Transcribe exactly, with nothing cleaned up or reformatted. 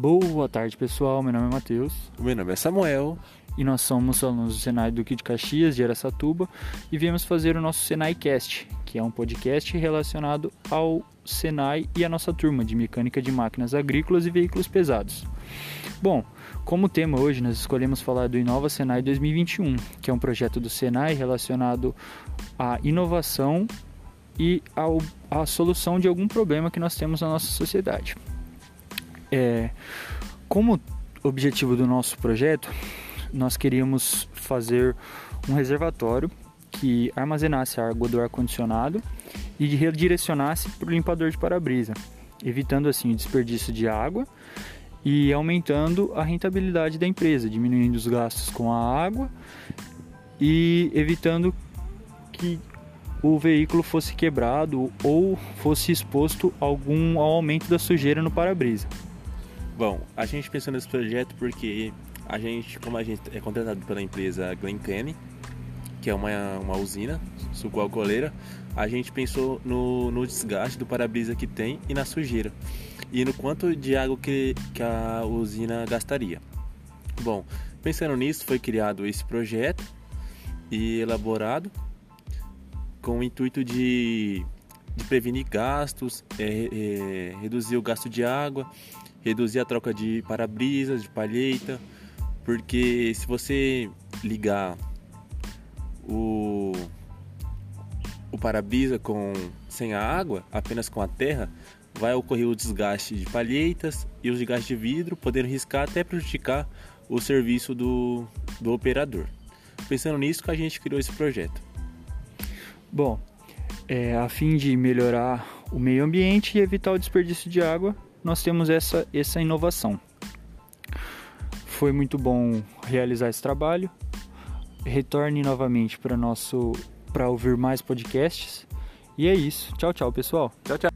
Boa tarde, pessoal. Meu nome é Matheus. O meu nome é Samuel. E nós somos alunos do Senai Duque de Caxias, de Araçatuba, e viemos fazer o nosso SenaiCast, que é um podcast relacionado ao Senai e à nossa turma de Mecânica de Máquinas Agrícolas e Veículos Pesados. Bom, como tema hoje, nós escolhemos falar do Inova Senai dois mil e vinte e um, que é um projeto do Senai relacionado à inovação e ao, à solução de algum problema que nós temos na nossa sociedade. É, como objetivo do nosso projeto, nós queríamos fazer um reservatório que armazenasse a água do ar-condicionado e redirecionasse para o limpador de para-brisa, evitando assim o desperdício de água e aumentando a rentabilidade da empresa, diminuindo os gastos com a água e evitando que o veículo fosse quebrado ou fosse exposto a algum ao aumento da sujeira no para-brisa. Bom, a gente pensou nesse projeto porque a gente, como a gente é contratado pela empresa Glencanny, que é uma, uma usina sucoalcooleira, a gente pensou no, no desgaste do para-brisa que tem e na sujeira e no quanto de água que, que a usina gastaria. Bom, pensando nisso, foi criado esse projeto e elaborado com o intuito de, de prevenir gastos, é, é, reduzir o gasto de água, reduzir a troca de para-brisas, de palheta, porque se você ligar o, o para-brisa com, sem a água, apenas com a terra, vai ocorrer o desgaste de palhetas e o desgaste de vidro, podendo riscar até prejudicar o serviço do, do operador. Pensando nisso que a gente criou esse projeto. Bom, é, a fim de melhorar o meio ambiente e evitar o desperdício de água, nós temos essa, essa inovação. Foi muito bom realizar esse trabalho. Retorne novamente para nosso para ouvir mais podcasts. E é isso. Tchau, tchau, pessoal. Tchau, tchau.